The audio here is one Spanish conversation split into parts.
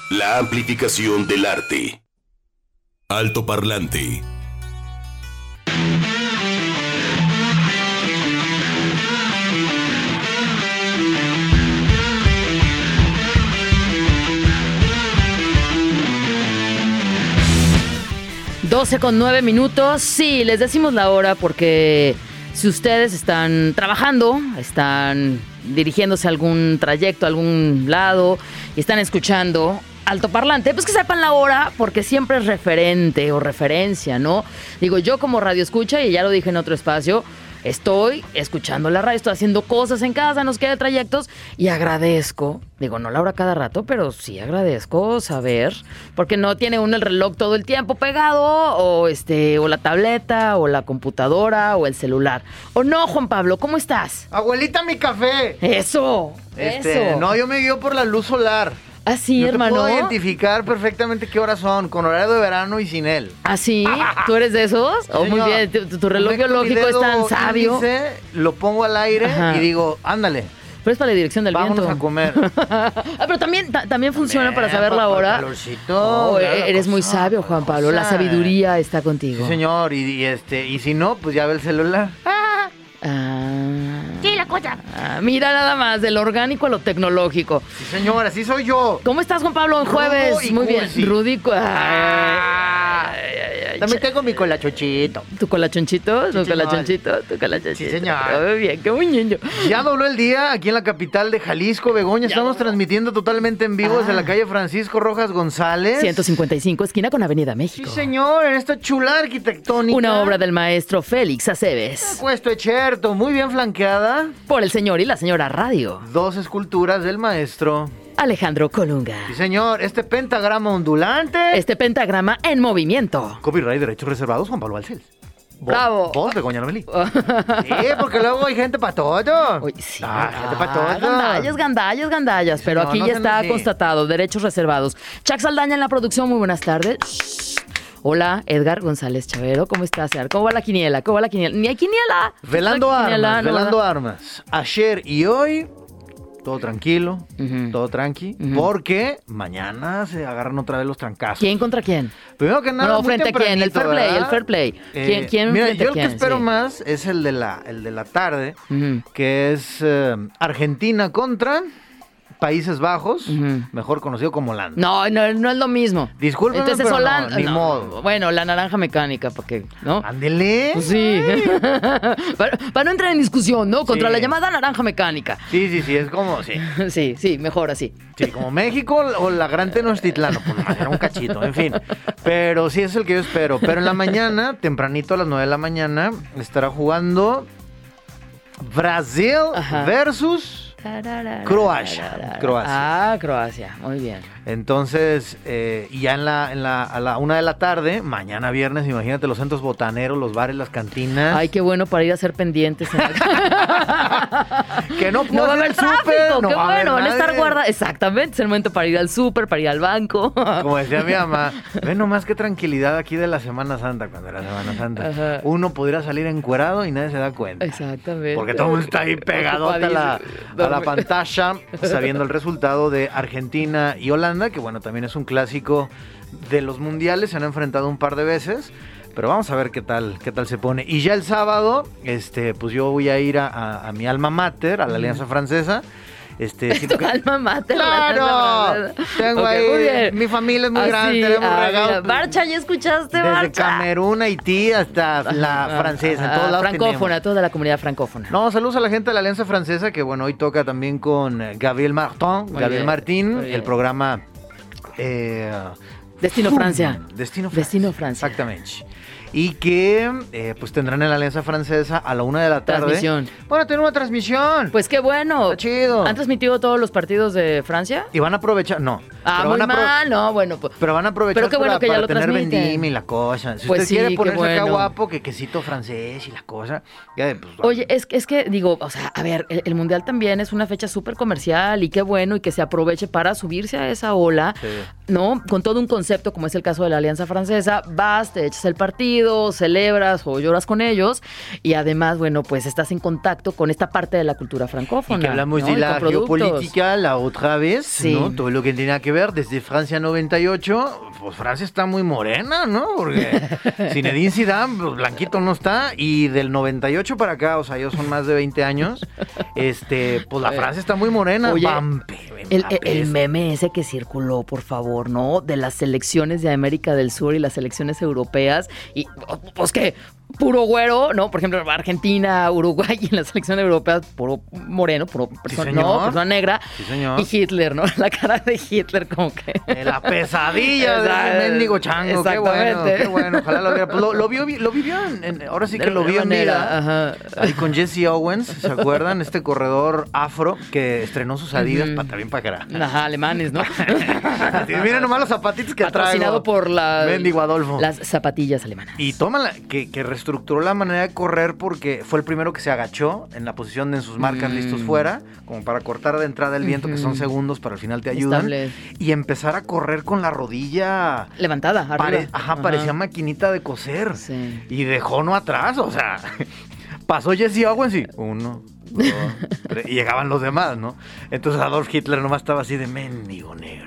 La amplificación del arte. Altoparlante. (12:09) Sí, les decimos la hora porque si ustedes están trabajando, están dirigiéndose a algún trayecto, a algún lado y están escuchando Altoparlante, pues que sepan la hora porque siempre es referente o referencia, ¿no? Digo, yo como radio escucha, y ya lo dije en otro espacio, estoy escuchando la radio, estoy haciendo cosas en casa, nos queda trayectos y agradezco, digo, no la hora cada rato, pero sí agradezco saber, porque no tiene uno el reloj todo el tiempo pegado, o la tableta, o la computadora, o el celular. ¿O no, Juan Pablo? ¿Cómo estás? Abuelita, mi café. Eso. No, yo me guío por la luz solar. ¿Ah, sí, hermano? Puedo identificar perfectamente qué horas son, con horario de verano y sin él. ¿Ah, sí? ¿Tú eres de esos? Oh, muy bien, tu reloj biológico es tan sabio. Índice, lo pongo al aire. Ajá. Y digo, ándale. Pero es para la dirección del vámonos viento. Vámonos a comer. Pero también funciona para saber la hora. Calorcito, eres muy sabio, Juan Pablo. La sabiduría está contigo. Sí, señor. Y si no, pues ya ve el celular. Sí, la cosa. Mira nada más, del orgánico a lo tecnológico. Sí, señor, así soy yo. ¿Cómo estás, Juan Pablo, en jueves? Muy bien. Rudico. También tengo mi colachochito. ¿Tu colachonchito? ¿Tu colachonchito? ¿Tu colachonchito? Sí, señor. Muy bien, qué muy niño. Ya dobló el día aquí en la capital de Jalisco, Begoña. Estamos transmitiendo totalmente en vivo desde la calle Francisco Rojas González. 155, esquina con Avenida México. Sí, señor, en esta chula arquitectónica. Una obra del maestro Félix Aceves. Puesto Echerto, muy bien flanqueada por el señor y la señora Radio. 2 esculturas del maestro Alejandro Colunga. Sí, señor. Este pentagrama ondulante. Este pentagrama en movimiento. Copyright, derechos reservados, Juan Pablo Balcells. ¡Bravo! Vos, Begoña Lomelí. Sí, porque luego hay gente para todo. Uy, sí. Gente para todo. Gandallas. Pero aquí ya está constatado, derechos reservados. Chuck Saldaña en la producción, muy buenas tardes. Hola, Edgar González Chavero, ¿cómo estás, Edgar? ¿Cómo va la quiniela? Ni hay quiniela. Velando armas. Ayer y hoy, todo tranquilo, todo tranqui, porque mañana se agarran otra vez los trancazos. ¿Quién contra quién? Primero que nada, no, frente a quién, el fair play. ¿Quién mira, frente yo a quién? El que espero más es el de la tarde, que es Argentina contra Países Bajos, mejor conocido como Holanda. No es lo mismo. Discúlpeme, entonces pero Holanda, ni modo. Bueno, la naranja mecánica, porque, ¿no? Ándele. Pues sí. para no entrar en discusión, ¿no? Contra la llamada naranja mecánica. Sí, es como, sí. Sí, mejor así. Sí, como México o la Gran Tenochtitlán, pues nomás era un cachito, en fin. Pero sí es el que yo espero. Pero en la mañana, tempranito a las 9 de la mañana, estará jugando Brasil versus Croacia. Croacia, muy bien. Entonces, y ya a la 1 de la tarde, mañana viernes, imagínate los centros botaneros, los bares, las cantinas. Ay, qué bueno para ir a hacer pendientes. Que no va a haber tráfico, qué bueno, van a estar guardados. Exactamente, es el momento para ir al súper, para ir al banco. Como decía mi mamá, ve nomás qué tranquilidad aquí de la Semana Santa, cuando era Semana Santa. Ajá. Uno podría salir encuerado y nadie se da cuenta. Exactamente. Porque todo el mundo está ahí pegado a la pantalla, sabiendo el resultado de Argentina y Holanda, que bueno, también es un clásico de los mundiales, se han enfrentado un par de veces, pero vamos a ver qué tal se pone. Y ya el sábado, pues yo voy a ir a mi alma mater, a la Alianza Francesa. ¿Tu alma mater? ¡Claro! Tengo ahí, mi familia es muy grande, tenemos regalos. Barcha, ¿ya escuchaste, desde Barcha? Desde Camerún, Haití, hasta la francesa, en todos lados francófona, tenemos. Toda la comunidad francófona. No, saludos a la gente de la Alianza Francesa, que bueno, hoy toca también con Gabriel Martín, el programa... Destino Francia. Destino Francia. Exactamente. Y que pues tendrán en la Alianza Francesa a la 1 de la tarde. Transmisión. Bueno, tienen una transmisión. Pues qué bueno. Está chido. ¿Han transmitido todos los partidos de Francia? Y van a aprovechar, no. Muy mal, no, bueno. Pues, pero van a aprovechar para tener vendimia y la cosa. Si pues usted quiere ponerse acá guapo, que quesito francés y la cosa. Ya, pues, oye, es que digo, o sea, a ver, el Mundial también es una fecha súper comercial y qué bueno y que se aproveche para subirse a esa ola, ¿no? Con todo un concepto como es el caso de la Alianza Francesa, vas, te echas el partido, partido, celebras o lloras con ellos y además, bueno, pues estás en contacto con esta parte de la cultura francófona. Y que hablamos, ¿no?, de la geopolítica la otra vez, sí, ¿no? Todo lo que tenía que ver desde Francia 98, pues Francia está muy morena, ¿no? Porque Zinedine Zidane, pues blanquito no está, y del 98 para acá, o sea, ellos son más de 20 años, pues la Francia está muy morena. Oye, Mbappé. El meme ese que circuló, por favor, ¿no? De las selecciones de América del Sur y las selecciones europeas. Y, pues, que puro güero, ¿no? Por ejemplo, Argentina, Uruguay y en la selección europea, puro moreno, puro persona negra. Sí, señor. Y Hitler, ¿no? La cara de Hitler como que... La pesadilla de ese mendigo chango. Qué bueno. Ojalá lo viera. Pues lo vivió ahora sí que lo vio en vida. Ajá. Ahí con Jesse Owens, ¿se acuerdan? Este corredor afro que estrenó sus Adidas también para acá. Ajá, alemanes, ¿no? Miren nomás los zapatitos que patrocinado traigo. por mendigo Adolfo. Las zapatillas alemanas. Y tómala, que reestructuró la manera de correr porque fue el primero que se agachó en la posición de en sus marcas listos fuera, como para cortar de entrada el viento, que son segundos, para al final te ayudan. Estable. Y empezar a correr con la rodilla levantada, arriba. Parecía maquinita de coser. Sí. Y dejó no atrás, o sea, pasó Jesse Owens y 1, 2, 3, y llegaban los demás, ¿no? Entonces Adolf Hitler nomás estaba así de mendigo negro.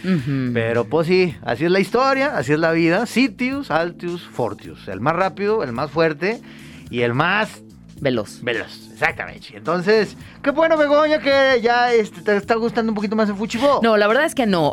Pero pues sí, así es la historia, así es la vida. Sitius, Altius, Fortius. El más rápido, el más fuerte y el más... veloz, exactamente. Entonces, qué bueno, Begoña, que ya te está gustando un poquito más el fútbol. No, la verdad es que no.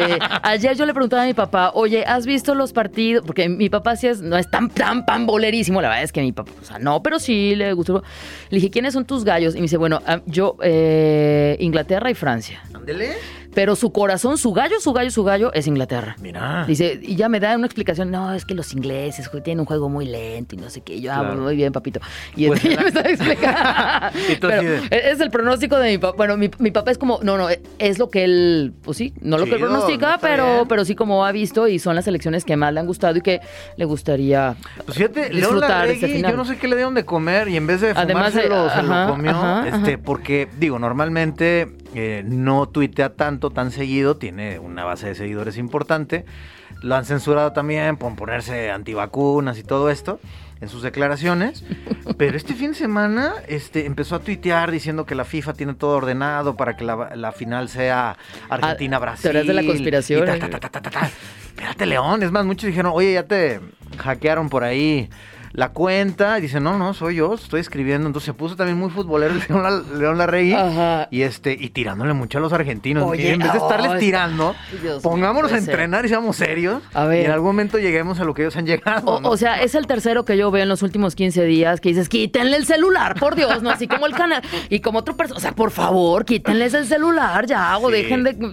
Ayer yo le preguntaba a mi papá, oye, ¿has visto los partidos? Porque mi papá sí no es tan pambolerísimo. La verdad es que mi papá, o sea, no, pero sí le gustó. Le dije, ¿quiénes son tus gallos? Y me dice, bueno, yo, Inglaterra y Francia. Ándele. Pero su corazón, su gallo es Inglaterra. Mira. Dice, y ya me da una explicación. No, es que los ingleses tienen un juego muy lento y no sé qué. Yo, claro. Muy bien, papito. Y pues ya me estaba explicando. Pero es el pronóstico de mi papá. Bueno, mi papá es como, no, es lo que él, pues sí, no lo que él pronostica, pero sí como ha visto y son las elecciones que más le han gustado y que le gustaría pues fíjate, disfrutar de ese final. Yo no sé qué le dieron de comer y en vez de fumárselo, se lo comió. Porque, digo, normalmente no tuitea tan seguido, tiene una base de seguidores importante. Lo han censurado también por ponerse antivacunas y todo esto en sus declaraciones, pero este fin de semana empezó a tuitear diciendo que la FIFA tiene todo ordenado para que la final sea Argentina-Brasil. Teorías de la conspiración. Espérate, León. Es más, muchos dijeron, oye, ya te hackearon por ahí la cuenta, y dice, no, soy yo, estoy escribiendo. Entonces se puso también muy futbolero el León Larregui. Ajá. Y tirándole mucho a los argentinos. Oye, en vez de estarles tirando, pongámonos a entrenar y seamos serios. A ver. Y en algún momento lleguemos a lo que ellos han llegado. O sea, es el tercero que yo veo en los últimos 15 días que dices, quítenle el celular, por Dios, ¿no? Así como el canal. Y como otro persona, o sea, por favor, quítenles el celular ya, o dejen de...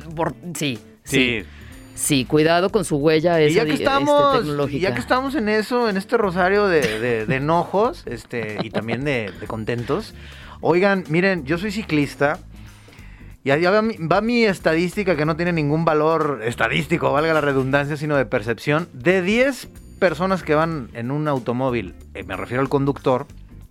Sí. Sí, cuidado con su huella tecnológica. Y ya que estamos en eso, en este rosario de enojos y también de contentos, oigan, miren, yo soy ciclista y allá va mi estadística, que no tiene ningún valor estadístico, valga la redundancia, sino de percepción. De 10 personas que van en un automóvil, me refiero al conductor,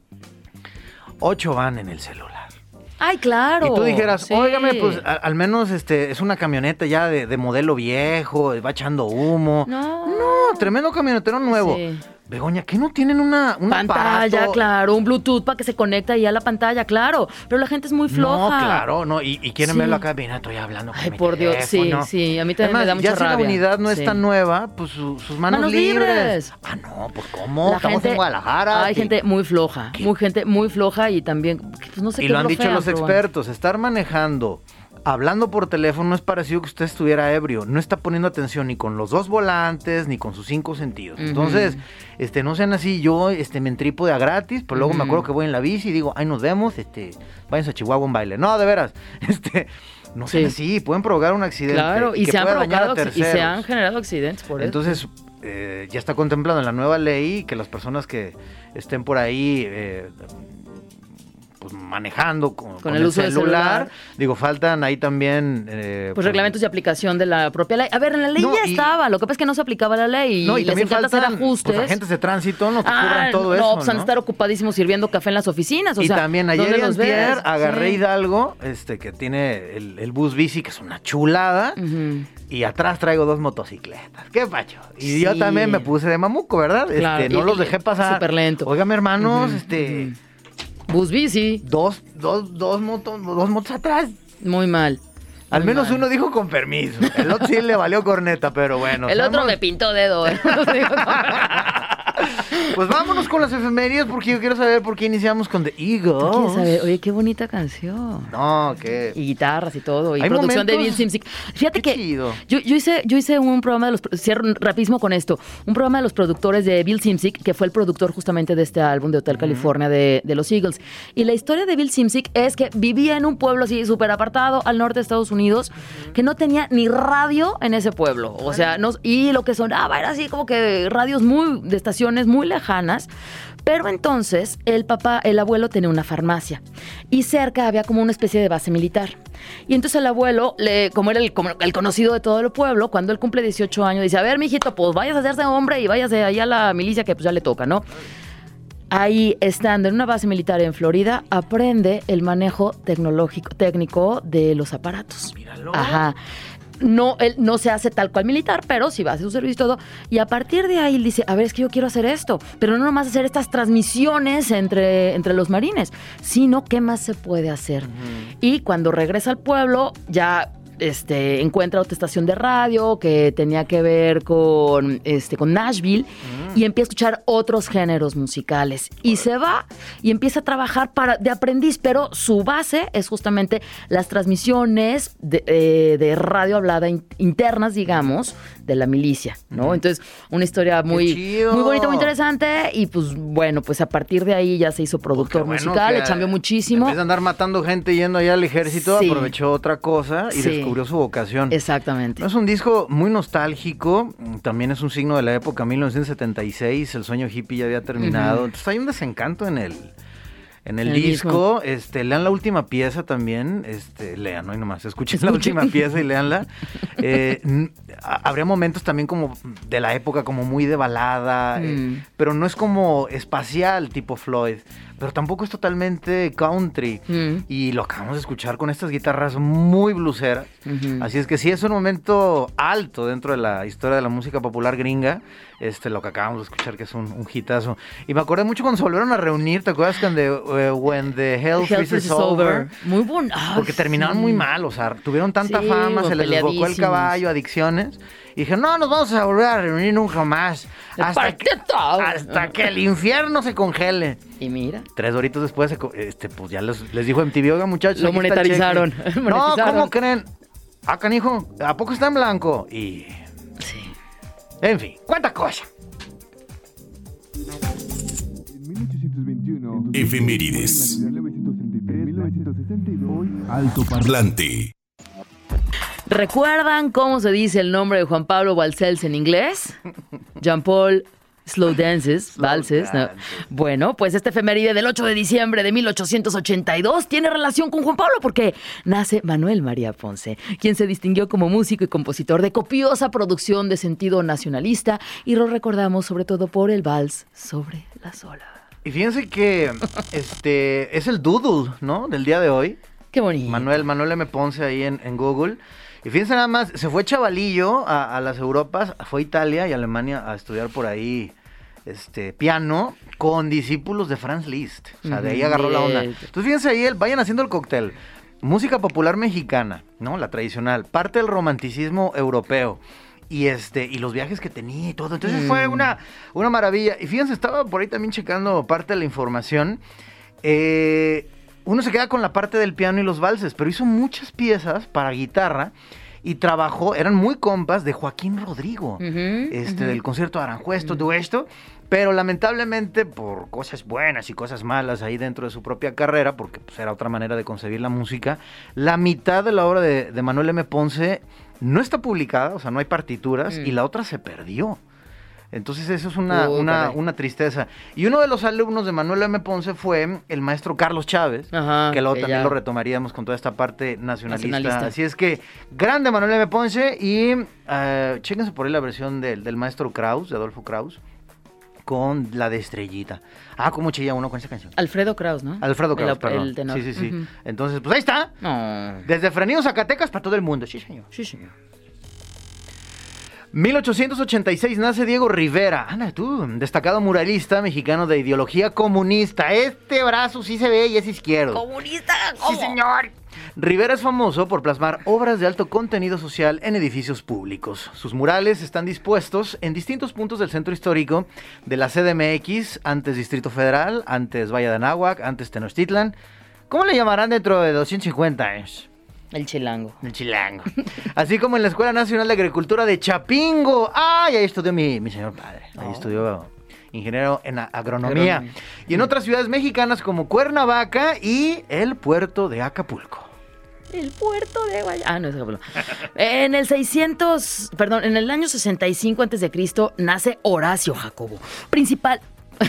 8 van en el celular. Ay, claro. Y tú dijeras, sí, óigame, pues al menos es una camioneta ya de modelo viejo, va echando humo. No, tremendo camionetero nuevo. Sí. Begoña, ¿qué no tienen una pantalla, aparato? Claro, un Bluetooth para que se conecte ahí a la pantalla, claro. Pero la gente es muy floja. No, claro, no. Y quieren verlo acá, mira, estoy hablando con mi por Dios, teléfono. sí, a mí también me da mucha rabia. Ya si la unidad no es tan nueva, pues sus manos libres. Ah, no, pues ¿cómo? Estamos en Guadalajara. Hay gente muy floja, gente muy floja y también, pues no sé qué. Y lo han dicho los expertos, estar manejando, hablando por teléfono, es parecido que usted estuviera ebrio. No está poniendo atención ni con los dos volantes, ni con sus 5 sentidos. Entonces, no sean así. Yo me entripo de a gratis, pero luego me acuerdo que voy en la bici y digo, ay, nos vemos, váyanse a Chihuahua un baile. No, de veras, no sean así, pueden provocar un accidente. Claro, y se han generado accidentes por eso. Entonces, ya está contemplado en la nueva ley que las personas que estén por ahí pues, manejando con el uso del celular. Digo, faltan ahí también... pues reglamentos de aplicación de la propia ley. A ver, en la ley ya estaba, lo que pasa es que no se aplicaba la ley y también les encanta hacer ajustes. Pues, agentes de tránsito no te cubran todo eso, pues van a estar ocupadísimos sirviendo café en las oficinas, o y sea, también ayer y antier agarré sí. Hidalgo, que tiene el bus bici, que es una chulada, y atrás traigo 2 motocicletas. ¿Qué pacho? Y sí. yo también me puse de mamuco, ¿verdad? Claro, no los dejé pasar. Súper lento. Óigame, hermanos, bus bici. Dos motos atrás. Muy mal. Al menos uno dijo con permiso. El otro sí le valió corneta, pero bueno. El otro me pintó dedo. Pues vámonos con las efemérides porque yo quiero saber por qué iniciamos con The Eagles. ¿Tú quieres saber? Oye, qué bonita canción. No, qué... Y guitarras y todo. Y ¿Hay producción momentos? de Bill Sims. Fíjate Qué que chido. yo hice un programa de los... Cierro rapidísimo con esto. Un programa de los productores de Bill Sims, que fue el productor justamente de este álbum de Hotel California de los Eagles. Y la historia de Bill Sims es que vivía en un pueblo así súper apartado al norte de Estados Unidos, que no tenía ni radio en ese pueblo. O sea, y lo que sonaba era así como que radios de estaciones muy lejanas. Pero entonces el abuelo tenía una farmacia y cerca había como una especie de base militar. Y entonces el abuelo, como era el conocido de todo el pueblo, cuando él cumple 18 años, dice, a ver, mijito, pues vayas a hacerse hombre y váyase ahí a la milicia que pues ya le toca, ¿no? Ahí, estando en una base militar en Florida, aprende el manejo técnico de los aparatos. Míralo. Ajá. No, él no se hace tal cual militar, pero sí va a hacer su servicio y todo. Y a partir de ahí él dice, a ver, es que yo quiero hacer esto, pero no nomás hacer estas transmisiones entre los marines, sino qué más se puede hacer. Y cuando regresa al pueblo, ya encuentra otra estación de radio que tenía que ver con Nashville y empieza a escuchar otros géneros musicales. Y se va y empieza a trabajar de aprendiz, pero su base es justamente las transmisiones de radio hablada internas, digamos, de la milicia, ¿no? Entonces, una historia muy bonita, muy interesante y pues bueno, pues a partir de ahí ya se hizo productor musical, le cambió muchísimo. En vez de andar matando gente yendo allá al ejército, sí. aprovechó otra cosa y descubrió su vocación. Exactamente. Es un disco muy nostálgico, también es un signo de la época 1976, el sueño hippie ya había terminado, entonces hay un desencanto en el disco. Lean la última pieza también, lean, no hay nomás, escuchen la última pieza y leanla. Habría momentos también como de la época, como muy de balada, pero no es como espacial tipo Floyd, pero tampoco es totalmente country. Y lo acabamos de escuchar con estas guitarras muy bluseras. Así es que sí, es un momento alto dentro de la historia de la música popular gringa. Lo que acabamos de escuchar, que es un hitazo. Y me acordé mucho cuando se volvieron a reunir, ¿te acuerdas cuando When the Hell Freezes Over? Muy bueno. Porque terminaron muy mal, o sea, tuvieron tanta fama, se les desbocó el caballo, adicciones. Y dije, no nos vamos a volver a reunir nunca más. Hasta que el infierno se congele. Y mira. 3 horitos después, pues ya les dijo MTV, oiga, muchachos. Lo monetarizaron. No, ¿cómo creen? Ah, canijo, ¿a poco está en blanco? Y... sí. En fin, ¿cuánta cosa? Efemérides. Alto Parlante. ¿Recuerdan cómo se dice el nombre de Juan Pablo Balcells en inglés? Jean-Paul Slow Dances, valses. No. Bueno, pues este efeméride del 8 de diciembre de 1882 tiene relación con Juan Pablo porque nace Manuel María Ponce, quien se distinguió como músico y compositor de copiosa producción de sentido nacionalista y lo recordamos sobre todo por el vals Sobre la Sola. Y fíjense que es el doodle, ¿no? Del día de hoy. Qué bonito. Manuel M. Ponce ahí en Google. Y fíjense nada más, se fue chavalillo a las Europas, fue a Italia y Alemania a estudiar por ahí piano con discípulos de Franz Liszt. O sea, de ahí agarró la onda. Entonces fíjense ahí, vayan haciendo el cóctel. Música popular mexicana, ¿no? La tradicional. Parte del romanticismo europeo. Y los viajes que tenía y todo. Entonces fue una maravilla. Y fíjense, estaba por ahí también checando parte de la información. Uno se queda con la parte del piano y los valses, pero hizo muchas piezas para guitarra y trabajó, eran muy compas de Joaquín Rodrigo, del concierto de Aranjuez, todo esto, pero lamentablemente por cosas buenas y cosas malas ahí dentro de su propia carrera, porque pues, era otra manera de concebir la música, la mitad de la obra de Manuel M. Ponce no está publicada, o sea, no hay partituras, y la otra se perdió. Entonces eso es una tristeza. Y uno de los alumnos de Manuel M. Ponce fue el maestro Carlos Chávez, que luego también lo retomaríamos con toda esta parte nacionalista. Así es que, grande Manuel M. Ponce y chéquense por ahí la versión del maestro Kraus, de Adolfo Kraus, con la de Estrellita. ¿Cómo chilla uno con esa canción? Alfredo Kraus, ¿no? Alfredo Kraus, perdón. El tenor. Sí. Uh-huh. Entonces, pues ahí está. No. Desde Fresnillo, Zacatecas, para todo el mundo. Sí, señor. 1886 nace Diego Rivera, destacado muralista mexicano de ideología comunista. Este brazo sí se ve y es izquierdo. ¿Comunista? ¿Cómo? Sí, señor. Rivera es famoso por plasmar obras de alto contenido social en edificios públicos. Sus murales están dispuestos en distintos puntos del centro histórico de la CDMX, antes Distrito Federal, antes Valle de Anáhuac, antes Tenochtitlan. ¿Cómo le llamarán dentro de 250 años? El chilango. Así como en la Escuela Nacional de Agricultura de Chapingo. Ahí estudió mi señor padre. Ahí estudió ingeniero en agronomía. Y en otras ciudades mexicanas como Cuernavaca y el puerto de Acapulco. El puerto de no es Acapulco. En el año 65 a.C. nace Horacio Jacobo, principal...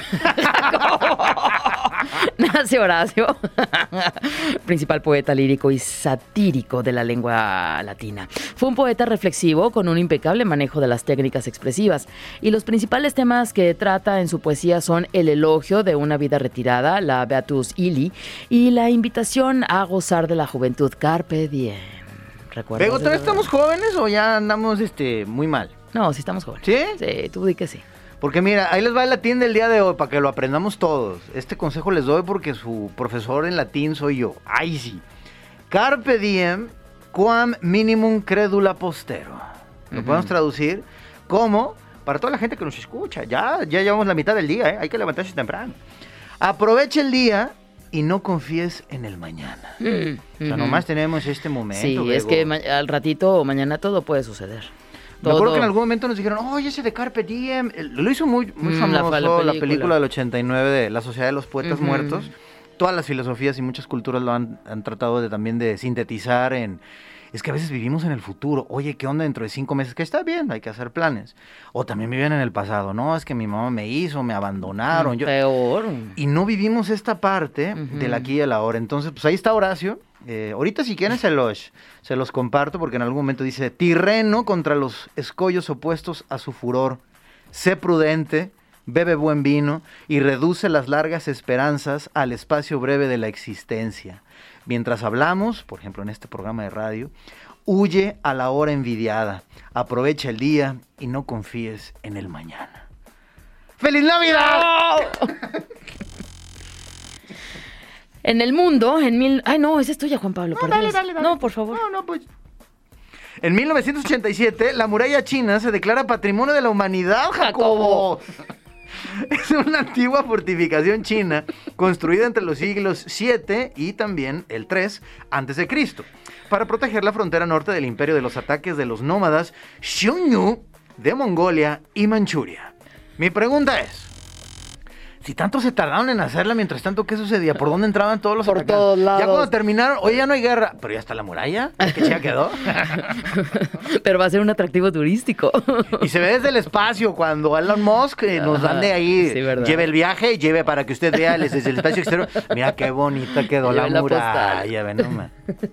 Nace Horacio, principal poeta lírico y satírico de la lengua latina. Fue un poeta reflexivo con un impecable manejo de las técnicas expresivas, y los principales temas que trata en su poesía son el elogio de una vida retirada, la Beatus Illi, y la invitación a gozar de la juventud. Carpe diem. ¿Recuerdas? ¿Pero todavía estamos jóvenes o ya andamos muy mal? No, sí estamos jóvenes. ¿Sí? Sí, tú di que sí. Porque mira, ahí les va el latín del día de hoy para que lo aprendamos todos. Este consejo les doy porque su profesor en latín soy yo. ¡Ay, sí! Carpe diem quam minimum credula postero. Lo podemos traducir como, para toda la gente que nos escucha, ya llevamos la mitad del día, hay que levantarse temprano. Aprovecha el día y no confíes en el mañana. O sea, nomás tenemos este momento. Sí, Bego. Es que al ratito o mañana todo puede suceder. Me acuerdo que en algún momento nos dijeron, oye, ese de Carpe Diem, lo hizo muy famoso la película del 89 de La Sociedad de los Poetas Muertos. Todas las filosofías y muchas culturas lo han tratado también de sintetizar en... Es que a veces vivimos en el futuro. Oye, ¿qué onda dentro de 5 meses? Que está bien, hay que hacer planes. O también viven en el pasado. No, es que mi mamá me hizo, me abandonaron. Peor. Y no vivimos esta parte del aquí y el ahora. Entonces, pues ahí está Horacio. Ahorita si quieren se los comparto porque en algún momento dice: Tirreno contra los escollos opuestos a su furor. Sé prudente, bebe buen vino y reduce las largas esperanzas al espacio breve de la existencia. Mientras hablamos, por ejemplo en este programa de radio, huye a la hora envidiada, aprovecha el día y no confíes en el mañana. ¡Feliz Navidad! ¡No! En el mundo, Ay, no, esa es tuya, Juan Pablo. No, dale. No, por favor. No, pues... En 1987, la muralla china se declara Patrimonio de la Humanidad, Jacobo. Es una antigua fortificación china construida entre los siglos 7 y también el 3 a.C. para proteger la frontera norte del imperio de los ataques de los nómadas Xiongnu de Mongolia y Manchuria. Mi pregunta es, si tanto se tardaron en hacerla, mientras tanto, ¿qué sucedía? ¿Por dónde entraban todos los atacantes? Por todos lados. Ya cuando terminaron, oye, ya no hay guerra, pero ya está la muralla, ¿qué ya quedó? Pero va a ser un atractivo turístico. Y se ve desde el espacio, cuando Elon Musk nos ande ahí, sí, lleve el viaje, lleve para que usted vea desde el espacio exterior. Mira qué bonita quedó la muralla, ve nomás.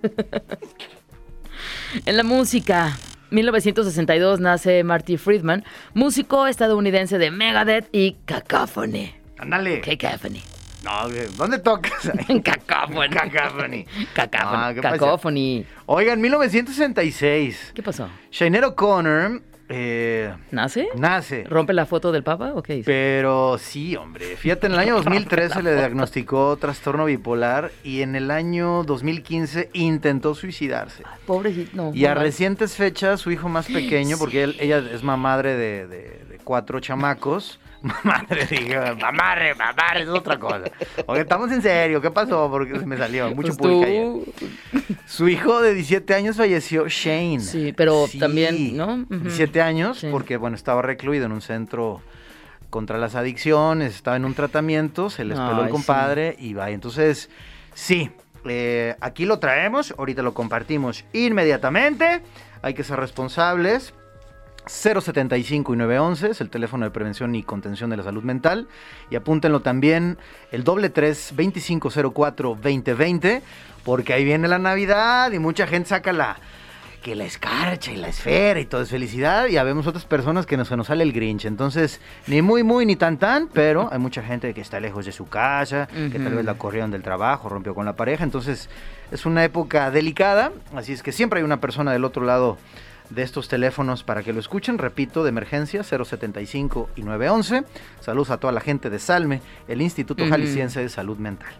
En la música... 1962 nace Marty Friedman, músico estadounidense de Megadeth y Cacophony. Ándale. Cacophony. No, ¿dónde tocas? Cacophony. Cacophony. Oigan, 1966. ¿Qué pasó? Sinéad O'Connor... ¿Nace? Nace. ¿Rompe la foto del Papa o qué dice? Pero sí, hombre. Fíjate, en el año 2013 le diagnosticó trastorno bipolar y en el año 2015 intentó suicidarse. Ay, pobrecito. No, y a recientes fechas, su hijo más pequeño, porque ella es mamadre de 4 chamacos. Mamadre, es otra cosa. Oye, estamos en serio, ¿qué pasó? Porque se me salió mucho público ayer. Su hijo de 17 años falleció, Shane. Sí, pero también, ¿no? 17 años, sí. Porque, bueno, estaba recluido en un centro contra las adicciones, estaba en un tratamiento, se les peló el compadre y va. Entonces, sí, aquí lo traemos, ahorita lo compartimos inmediatamente, hay que ser responsables. 075 y 911 es el teléfono de prevención y contención de la salud mental. Y apúntenlo también el 333-2504-2020, porque ahí viene la Navidad y mucha gente saca la escarcha y la esfera y todo es felicidad, y habemos otras personas que se nos sale el Grinch. Entonces, ni muy, muy, ni tan, pero hay mucha gente que está lejos de su casa, que tal vez la corrieron del trabajo, rompió con la pareja. Entonces, es una época delicada, así es que siempre hay una persona del otro lado de estos teléfonos para que lo escuchen. Repito, de emergencia, 075 y 911. Saludos a toda la gente de Salme, el Instituto Jalisciense de Salud Mental.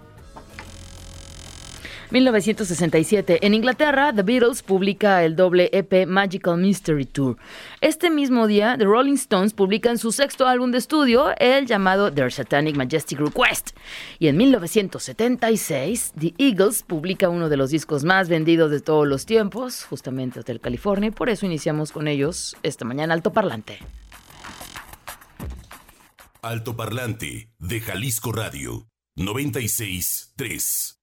1967. En Inglaterra, The Beatles publica el doble EP Magical Mystery Tour. Este mismo día, The Rolling Stones publican su sexto álbum de estudio, el llamado Their Satanic Majestic Request. Y en 1976, The Eagles publica uno de los discos más vendidos de todos los tiempos, justamente Hotel California, y por eso iniciamos con ellos esta mañana Alto Parlante. Alto Parlante de Jalisco Radio 96.3.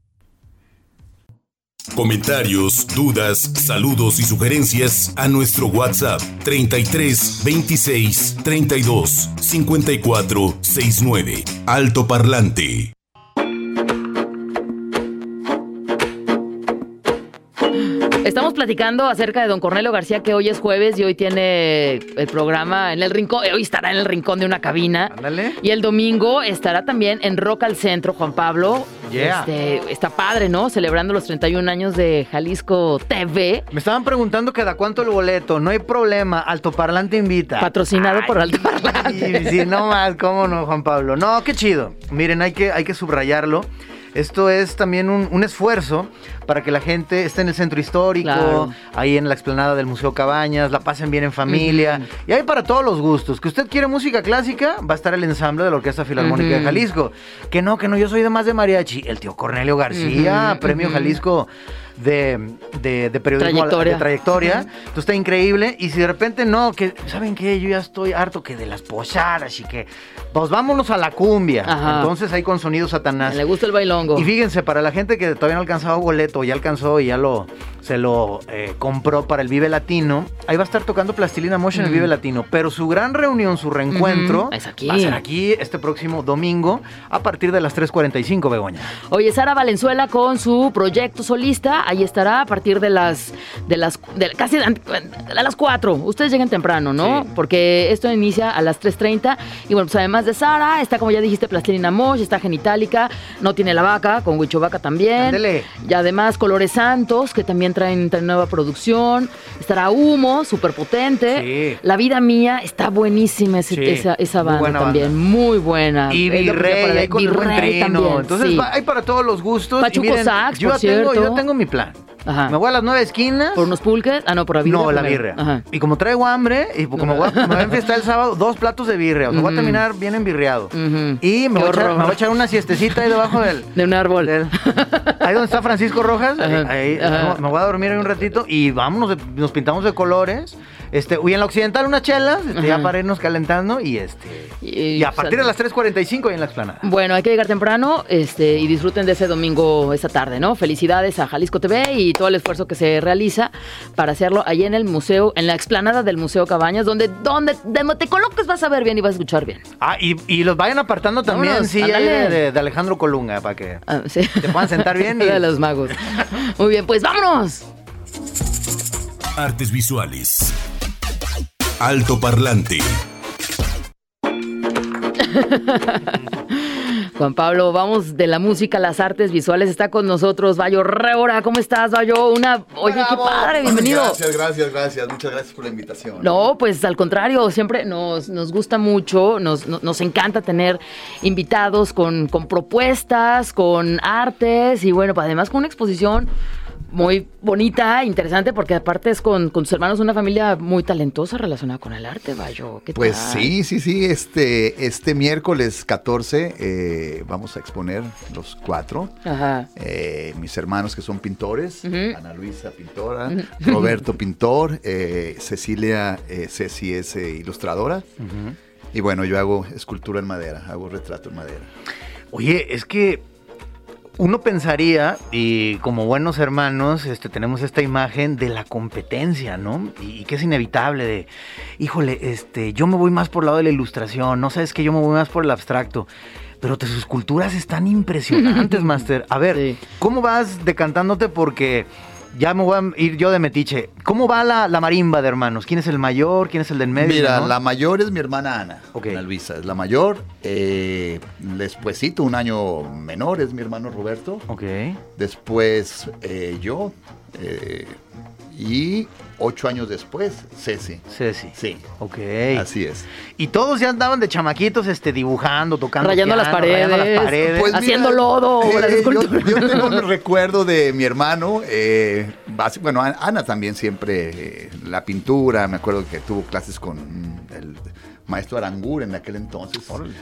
Comentarios, dudas, saludos y sugerencias a nuestro WhatsApp 33 26 32 54 69. Alto Parlante. Estamos platicando acerca de don Cornelio García, que hoy es jueves y hoy tiene el programa en el rincón. Hoy estará en el rincón de una cabina. Ándale. Y el domingo estará también en Rock al Centro, Juan Pablo. Yeah. Está padre, ¿no? Celebrando los 31 años de Jalisco TV. Me estaban preguntando cada cuánto el boleto. No hay problema, Altoparlante invita. Patrocinado por Altoparlante. Sí, no más, cómo no, Juan Pablo. No, qué chido. Miren, hay que subrayarlo. Esto es también un esfuerzo para que la gente esté en el centro histórico, claro, ahí en la explanada del Museo Cabañas, la pasen bien en familia. Y hay para todos los gustos. Que usted quiere música clásica, va a estar el ensamble de la Orquesta Filarmónica de Jalisco. Que no, yo soy más de mariachi. El tío Cornelio García, premio Jalisco de periodismo de trayectoria. Entonces está increíble. Y si de repente no, que ¿saben qué? Yo ya estoy harto que de las posadas y que pues vámonos a la cumbia. Ajá. Entonces ahí con Sonido Satanás. Le gusta el bailongo. Y fíjense, para la gente que todavía no ha alcanzado boleto, ya alcanzó y ya se lo compró para el Vive Latino, ahí va a estar tocando Plastilina Mosh en el Vive Latino. Pero su gran reunión, su reencuentro, es aquí. Va a ser aquí este próximo domingo a partir de las 3:45, Begoña. Oye, Sara Valenzuela con su proyecto solista, ahí estará a partir casi a las 4. Ustedes lleguen temprano, ¿no? Sí. Porque esto inicia a las 3:30. Y bueno, pues además de Sara, está, como ya dijiste, Plastilina Mosh, está Genitalica, No Tiene la Vaca, con Huicho Vaca también. Ándele. Y además Colores Santos, que también traen nueva producción. Estará Humo, súper potente. Sí. La Vida Mía, está buenísima esa banda también. Banda. Muy buena. Y Virrey, con el buen trino. También, entonces hay para todos los gustos. Pachuco Sax, yo tengo mi plan. Ajá. Me voy a las 9 esquinas. ¿Por unos pulques? Ah, no, por la birria. No, la birria. Ajá. Y como traigo hambre, y como me voy a enfiestar el sábado, 2 platos de birria. O sea, voy a terminar bien embirriado. Y me voy a echar una siestecita ahí debajo de un árbol. Ahí donde está Francisco Rojas. Ahí me voy a dormir ahí un ratito y vámonos, nos pintamos de colores. Y en la Occidental unas chelas, ya para irnos calentando y a partir de las 3:45 ahí en la explanada. Bueno, hay que llegar temprano y disfruten de ese domingo, esa tarde, ¿no? Felicidades a Jalisco TV y todo el esfuerzo que se realiza para hacerlo ahí en el museo, en la explanada del Museo Cabañas, donde te coloques vas a ver bien y vas a escuchar bien. Y los vayan apartando también, vámonos, sí, de Alejandro Colunga, para que te puedan sentar bien. De los magos. Muy bien, pues vámonos. Artes visuales. Alto Parlante. Juan Pablo, vamos de la música a las artes visuales. Está con nosotros Bayo Reora. ¿Cómo estás, Bayo? Oye, qué padre, bienvenido. Gracias. Muchas gracias por la invitación. No, pues al contrario, siempre nos gusta mucho, nos encanta tener invitados con propuestas, con artes y bueno, pues además con una exposición muy bonita, interesante, porque aparte es con tus hermanos, una familia muy talentosa relacionada con el arte, Bayo. ¿Qué pues tal? Sí. Este miércoles 14 vamos a exponer los 4. Ajá. Mis hermanos que son pintores, Ana Luisa, pintora, Roberto, pintor, Cecilia, Ceci es ilustradora. Y bueno, yo hago escultura en madera, hago retrato en madera. Oye, es que uno pensaría, y como buenos hermanos, tenemos esta imagen de la competencia, ¿no? Y que es inevitable de, híjole, yo me voy más por el lado de la ilustración, no sabes que yo me voy más por el abstracto. Pero sus culturas están impresionantes, Master. A ver, sí. ¿Cómo vas decantándote? Porque ya me voy a ir yo de metiche. ¿Cómo va la marimba de hermanos? ¿Quién es el mayor? ¿Quién es el del medio? Mira, ¿no? La mayor es mi hermana Ana, Ana Luisa, es la mayor. Despuésito, un año menor, es mi hermano Roberto. Después yo, y 8 años después, Ceci. Sí. Así es. Y todos ya andaban de chamaquitos dibujando, tocando rayando piano, las paredes. Pues haciendo lodo. Yo tengo un recuerdo de mi hermano. Bueno, Ana también siempre, la pintura. Me acuerdo que tuvo clases con el maestro Arangur en aquel entonces.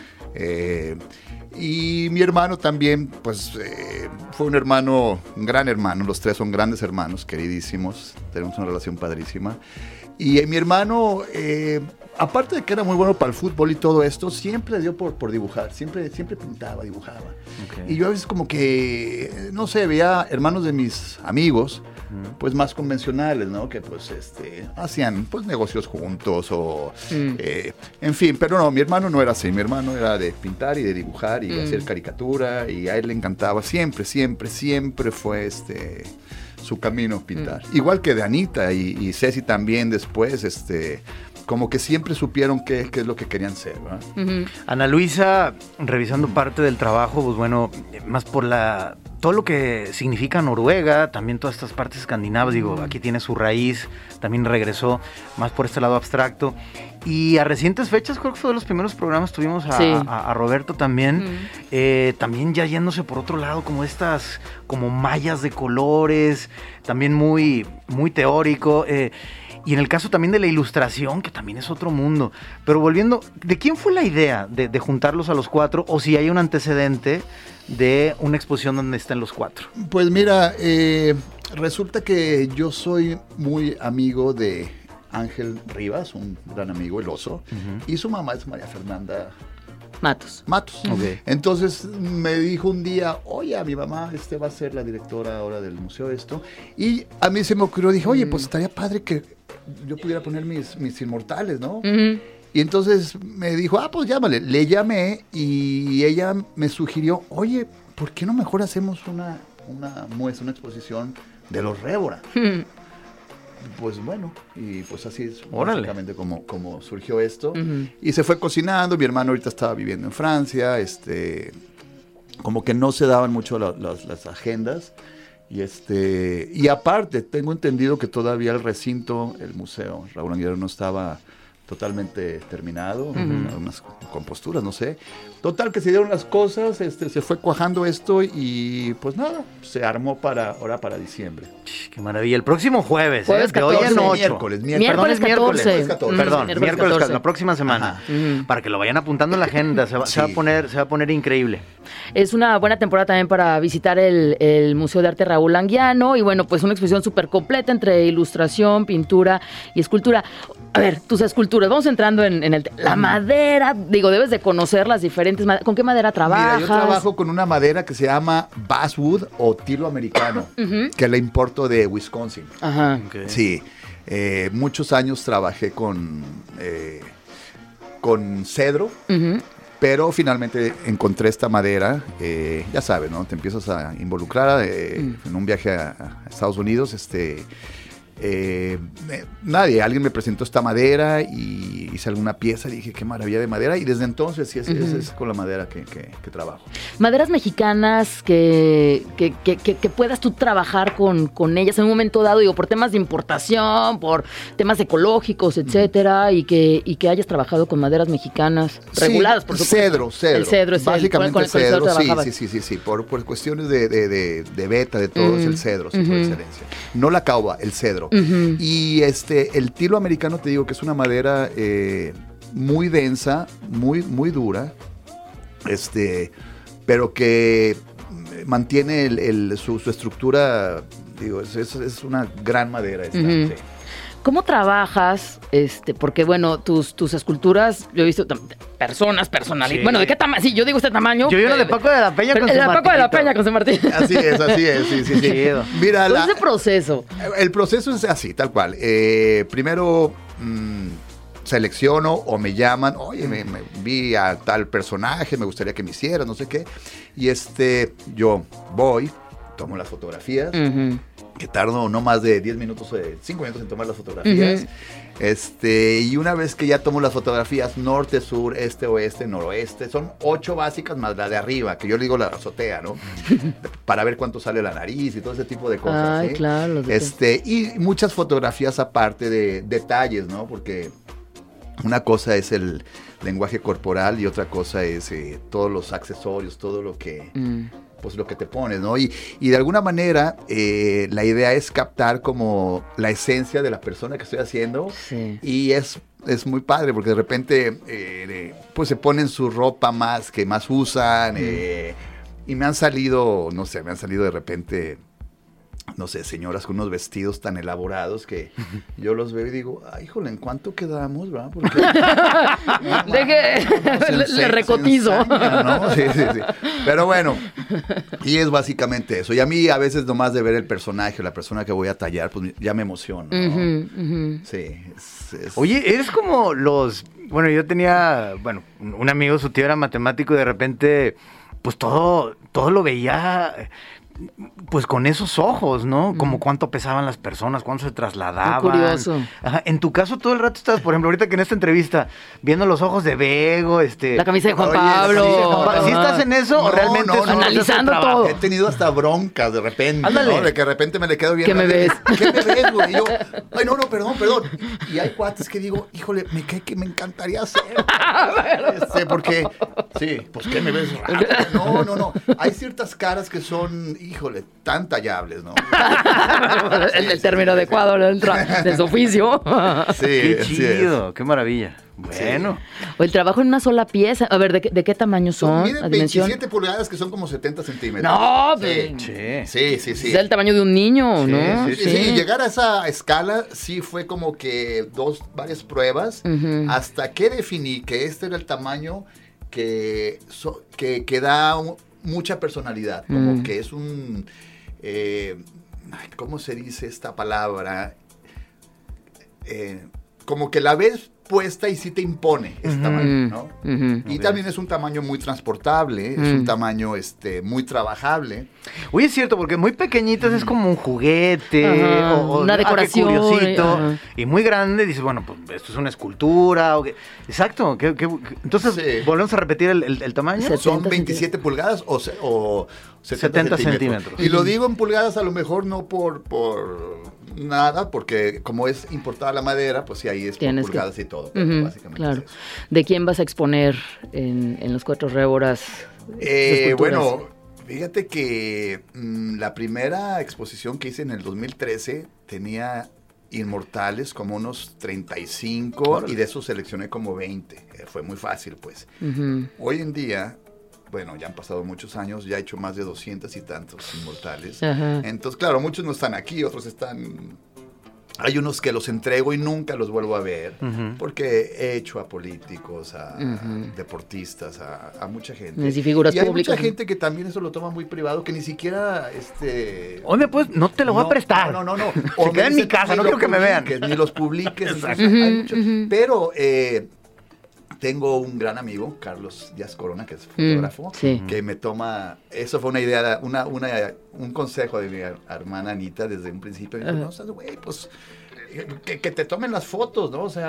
Y mi hermano también, pues, fue un gran hermano. Los tres son grandes hermanos, queridísimos. Tenemos una relación padrísima. Y mi hermano, aparte de que era muy bueno para el fútbol y todo esto, siempre dio por dibujar. Siempre pintaba, dibujaba. Y yo a veces como que, no sé, veía hermanos de mis amigos, pues más convencionales, ¿no? Que pues hacían pues negocios juntos o en fin, pero no, mi hermano no era así, mi hermano era de pintar y de dibujar y hacer caricatura, y a él le encantaba, siempre fue su camino pintar. Igual que de Anita y Ceci también después, como que siempre supieron qué es lo que querían ser, ¿verdad? Ana Luisa, revisando parte del trabajo, pues bueno, más por todo lo que significa Noruega, también todas estas partes escandinavas, digo, aquí tiene su raíz, también regresó más por este lado abstracto. Y a recientes fechas, creo que fue de los primeros programas, tuvimos a Roberto también, también ya yéndose por otro lado, como estas, como mallas de colores, también muy, muy teórico. Y en el caso también de la ilustración, que también es otro mundo. Pero volviendo, ¿de quién fue la idea de juntarlos a los cuatro? O si hay un antecedente de una exposición donde estén los cuatro. Pues mira, resulta que yo soy muy amigo de Ángel Rivas, un gran amigo, el oso, y su mamá es María Fernanda Matos. Entonces me dijo un día, oye, mi mamá va a ser la directora ahora del museo y a mí se me ocurrió, dije, oye, pues estaría padre que yo pudiera poner mis inmortales, ¿no? Y entonces me dijo, pues llámale. Le llamé y ella me sugirió, oye, ¿por qué no mejor hacemos una muestra, una exposición de los Révora? Pues bueno, y pues así es básicamente como surgió esto. Y se fue cocinando. Mi hermano ahorita estaba viviendo en Francia, como que no se daban mucho las agendas. Y aparte, tengo entendido que todavía el recinto, el museo Raúl Anguiano, no estaba totalmente terminado, unas composturas, no sé. Total, que se dieron las cosas, se fue cuajando esto y pues nada, se armó ahora para diciembre. Qué maravilla. El próximo jueves, 14, miércoles 14. Perdón, miércoles 14, la próxima semana. Para que lo vayan apuntando en la agenda, se va a poner increíble. Es una buena temporada también para visitar el Museo de Arte Raúl Anguiano y bueno, pues una exposición súper completa entre ilustración, pintura y escultura. A ver, tus esculturas, vamos entrando en la madera, digo, debes de conocer las diferentes ¿con qué madera trabajas? Mira, yo trabajo con una madera que se llama basswood o tilo americano, que la importo de Wisconsin. Sí, muchos años trabajé con cedro, pero finalmente encontré esta madera, ya sabes, ¿no? Te empiezas a involucrar en un viaje a Estados Unidos, alguien me presentó esta madera y hice alguna pieza y dije, qué maravilla de madera, y desde entonces sí es con la madera que trabajo. Maderas mexicanas que puedas tú trabajar con ellas en un momento dado, digo, por temas de importación, por temas ecológicos, etcétera, y que hayas trabajado con maderas mexicanas reguladas, por supuesto. Cedro. El cedro es básicamente cedro, sí, por cuestiones de beta, de todo, es el cedro, sí, por excelencia. No la caoba, el cedro. Y el tilo americano, te digo que es una madera muy densa, muy, muy dura, pero que mantiene su estructura, digo, es una gran madera esta. ¿Cómo trabajas? Porque bueno, tus esculturas, yo he visto personas, personalidades. Sí. Bueno, ¿de qué tamaño? Sí, yo digo este tamaño. Yo vi uno de Paco de la Peña con su Paco de la Peña con su martillo. Así es, sí. Mira, ese proceso. El proceso es así, tal cual. Primero selecciono o me llaman, oye, me vi a tal personaje, me gustaría que me hicieras, no sé qué. Y yo voy, tomo las fotografías, que tardo no más de 10 minutos, 5 minutos en tomar las fotografías. Y una vez que ya tomo las fotografías, norte, sur, este, oeste, noroeste, son 8 básicas más la de arriba, que yo le digo la azotea, ¿no? Para ver cuánto sale la nariz y todo ese tipo de cosas. Ay, ¿sí? Claro. Y muchas fotografías aparte de detalles, ¿no? Porque una cosa es el lenguaje corporal y otra cosa es todos los accesorios, todo lo que... pues lo que te pones, ¿no? Y de alguna manera la idea es captar como la esencia de la persona que estoy haciendo. Sí. Y es muy padre porque de repente pues se ponen su ropa que más usan y me han salido de repente, no sé, señoras con unos vestidos tan elaborados que yo los veo y digo, ay, híjole, ¿en cuánto quedamos, verdad? Porque le recotizo. ¿No? Sí. Pero bueno, y es básicamente eso. Y a mí a veces nomás de ver el personaje o la persona que voy a tallar, pues ya me emociono, ¿no? Sí. Oye, eres como bueno, yo tenía, un amigo, su tío era matemático y de repente, pues todo lo veía... pues con esos ojos, ¿no? Como cuánto pesaban las personas, cuánto se trasladaban. Qué curioso. Ajá. En tu caso, todo el rato estás, por ejemplo, ahorita que en esta entrevista, viendo los ojos de Bego, la camisa de Juan Pablo. ¿Sí estás en eso o realmente es analizando todo? He tenido hasta broncas de repente, ándale, ¿no? De que de repente me le quedo viendo. ¿Qué me ves? ¿Qué me ves, güey? Y yo, ay, no, perdón. Y hay cuates que digo, híjole, me cae que me encantaría hacer. Porque, sí, pues ¿qué me ves raro? No. Hay ciertas caras que son, híjole, tan tallables, ¿no? El término adecuado de su oficio. Sí, qué chido, qué maravilla. Bueno. O el trabajo en una sola pieza. A ver, ¿de qué tamaño son? Miden 27 pulgadas, que son como 70 centímetros. No, sí. Es el tamaño de un niño, ¿no? Sí, llegar a esa escala sí fue como que varias pruebas, hasta que definí que este era el tamaño que da mucha personalidad, como que es un... ¿cómo se dice esta palabra? Como que la ves puesta y sí te impone ese tamaño, ¿no? Y también es un tamaño muy transportable, es un tamaño muy trabajable. Oye, es cierto, porque muy pequeñitas es como un juguete, o una decoración. Qué curiosito, y muy grande, dices, bueno, pues esto es una escultura. Exacto. Entonces, ¿volvemos a repetir el tamaño? Son 27 pulgadas o 70 centímetros. Y lo digo en pulgadas a lo mejor no por nada, porque como es importada la madera, pues sí, ahí es por pulgadas y todo. Básicamente claro. Es eso. ¿De quién vas a exponer en los Cuatro Réboras? Bueno, fíjate que la primera exposición que hice en el 2013 tenía inmortales como unos 35 y de esos seleccioné como 20. Fue muy fácil, pues. Hoy en día... Bueno, ya han pasado muchos años, ya he hecho más de 200 y tantos inmortales. Entonces, claro, muchos no están aquí, otros están... Hay unos que los entrego y nunca los vuelvo a ver, porque he hecho a políticos, a deportistas, a mucha gente. Y figuras públicas. Hay mucha gente que también eso lo toma muy privado, que ni siquiera... Oye, pues, no te lo voy a prestar. No. Se queda en mi casa, no quiero que me vean. Ni los publiques. Pero... tengo un gran amigo, Carlos Díaz Corona, que es fotógrafo, que me toma... Eso fue una idea, un consejo de mi hermana Anita desde un principio. Me dijo, no, güey, pues, que te tomen las fotos, ¿no? O sea,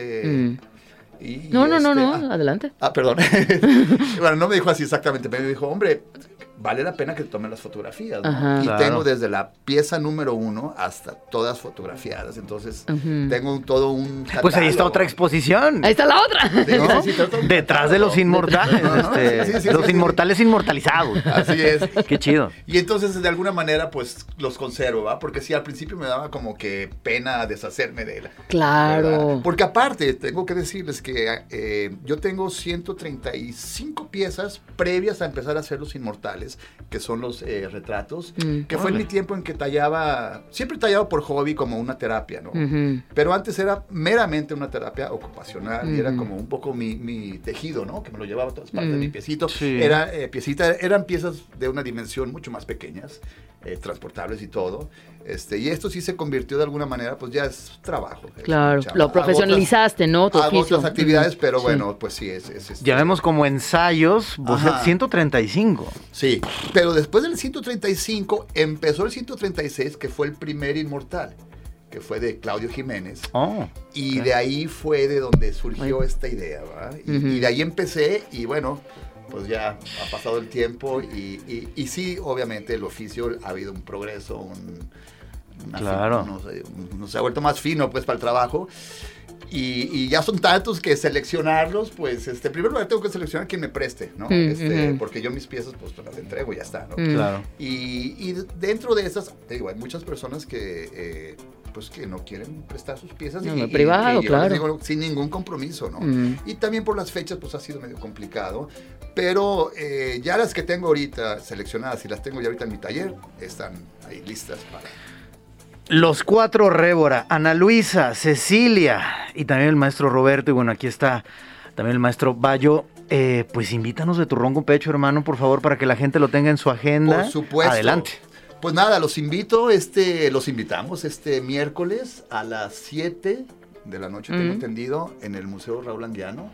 No, adelante. Perdón. Bueno, no me dijo así exactamente, pero me dijo, hombre, vale la pena que te tomen las fotografías, ¿no? Y tengo desde la pieza número 1 hasta todas fotografiadas, entonces tengo todo un catálogo. Pues ahí está otra exposición. Ahí está la otra. ¿No? Detrás de los inmortales. Los inmortales inmortalizados. Así es. Qué chido. Y entonces, de alguna manera, pues, los conservo, ¿va? Porque sí, al principio me daba como que pena deshacerme de él. Claro. ¿Verdad? Porque aparte, tengo que decirles que yo tengo 135 piezas previas a empezar a hacer los inmortales. digitales, que son los retratos, que fue en mi tiempo en que siempre tallado por hobby como una terapia, ¿no? Pero antes era meramente una terapia ocupacional y era como un poco mi tejido, ¿no? Que me lo llevaba a todas partes de mi piecito. Sí. Eran piezas de una dimensión mucho más pequeñas, transportables y todo. Y esto sí se convirtió de alguna manera, pues ya es trabajo. Claro, lo profesionalizaste, ¿no? Tu hago otras actividades, pero bueno, pues sí, es ya vemos como ensayos, 135. Sí, pero después del 135 empezó el 136, que fue el primer Inmortal, que fue de Claudio Jiménez. Y de ahí fue de donde surgió esta idea, ¿verdad? Y de ahí empecé y bueno, pues ya ha pasado el tiempo y sí, obviamente el oficio ha habido un progreso, claro. Se ha vuelto más fino pues para el trabajo y ya son tantos que seleccionarlos, pues primero lugar tengo que seleccionar quien me preste, ¿no? Porque yo mis piezas pues las entrego y ya está, ¿no? Claro. Y dentro de esas, te digo, hay muchas personas que pues que no quieren prestar sus piezas privado, claro, digo, sin ningún compromiso, ¿no? Y también por las fechas pues ha sido medio complicado, pero ya las que tengo ahorita seleccionadas y las tengo ya ahorita en mi taller están ahí listas para... Los 4 Révora, Ana Luisa, Cecilia y también el maestro Roberto, y bueno, aquí está también el maestro Bayo. Pues invítanos de tu ronco pecho, hermano, por favor, para que la gente lo tenga en su agenda. Por supuesto. Adelante. Pues nada, los invitamos este miércoles a las 7 de la noche, tengo entendido, en el Museo Raúl Anguiano.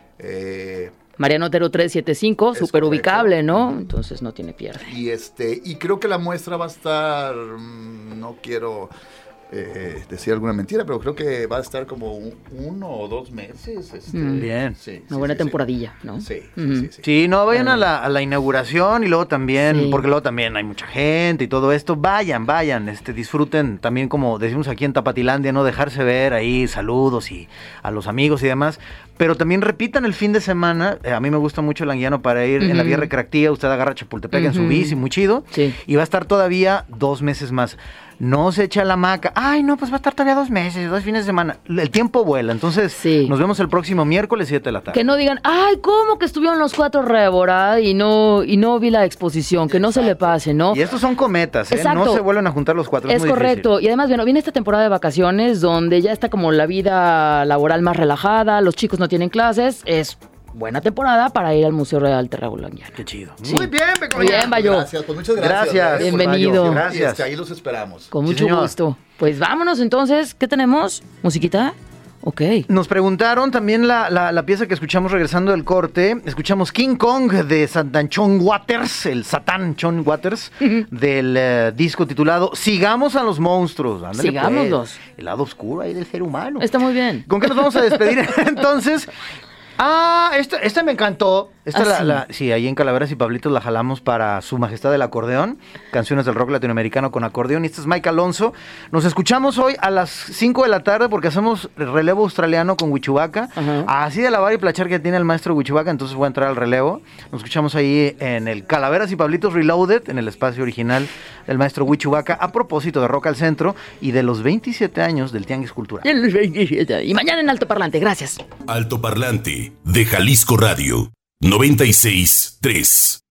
Mariano Otero 375, súper ubicable, ¿no? Entonces no tiene pierde. Y creo que la muestra va a estar, no quiero decir alguna mentira, pero creo que va a estar como 1 o 2 meses. Bien. Sí, una buena temporadilla, ¿no? Sí, sí, no, vayan a la inauguración y luego también, porque luego también hay mucha gente y todo esto. Vayan, disfruten también, como decimos aquí en Tapatilandia, no dejarse ver ahí, saludos y a los amigos y demás. Pero también repitan el fin de semana. A mí me gusta mucho el Anguiano para ir en la vía recreativa. Usted agarra Chapultepec en su bici, muy chido. Sí. Y va a estar todavía 2 meses más. No se echa la hamaca. Ay, no, pues va a estar todavía 2 meses, 2 fines de semana. El tiempo vuela. Entonces, nos vemos el próximo miércoles 7 de la tarde. Que no digan, ay, ¿cómo que estuvieron los 4 Révora y no vi la exposición? Que no se le pase, ¿no? Y estos son cometas, ¿eh? No se vuelven a juntar los 4. Es muy correcto. Difícil. Y además, bueno, viene esta temporada de vacaciones donde ya está como la vida laboral más relajada, los chicos no tienen clases. Es buena temporada para ir al Museo Real de Raúl Anguiano. Qué chido. Sí. Muy bien, Bayo. Gracias, pues muchas gracias. Gracias. Bienvenido. Gracias. Ahí los esperamos. Con mucho gusto. Pues vámonos entonces. ¿Qué tenemos? ¿Musiquita? Ok. Nos preguntaron también la pieza que escuchamos regresando del corte. Escuchamos King Kong de Satán John Waters, el Satán John Waters, del disco titulado Sigamos a los monstruos. Ándale, sigámoslos. Pues, el lado oscuro ahí del ser humano. Está muy bien. ¿Con qué nos vamos a despedir entonces? Esta me encantó. Sí, ahí en Calaveras y Pablitos la jalamos para Su Majestad el Acordeón, canciones del rock latinoamericano con acordeón. Y este es Mike Alonso. Nos escuchamos hoy a las 5 de la tarde porque hacemos relevo australiano con Huichubaca. Así de lavar y plachar que tiene el maestro Huichubaca, entonces voy a entrar al relevo. Nos escuchamos ahí en el Calaveras y Pablitos Reloaded, en el espacio original del maestro Huichubaca, a propósito de Rock al Centro y de los 27 años del Tianguis Cultural. Y mañana en Alto Parlante, gracias. Alto Parlante de Jalisco Radio 96.3.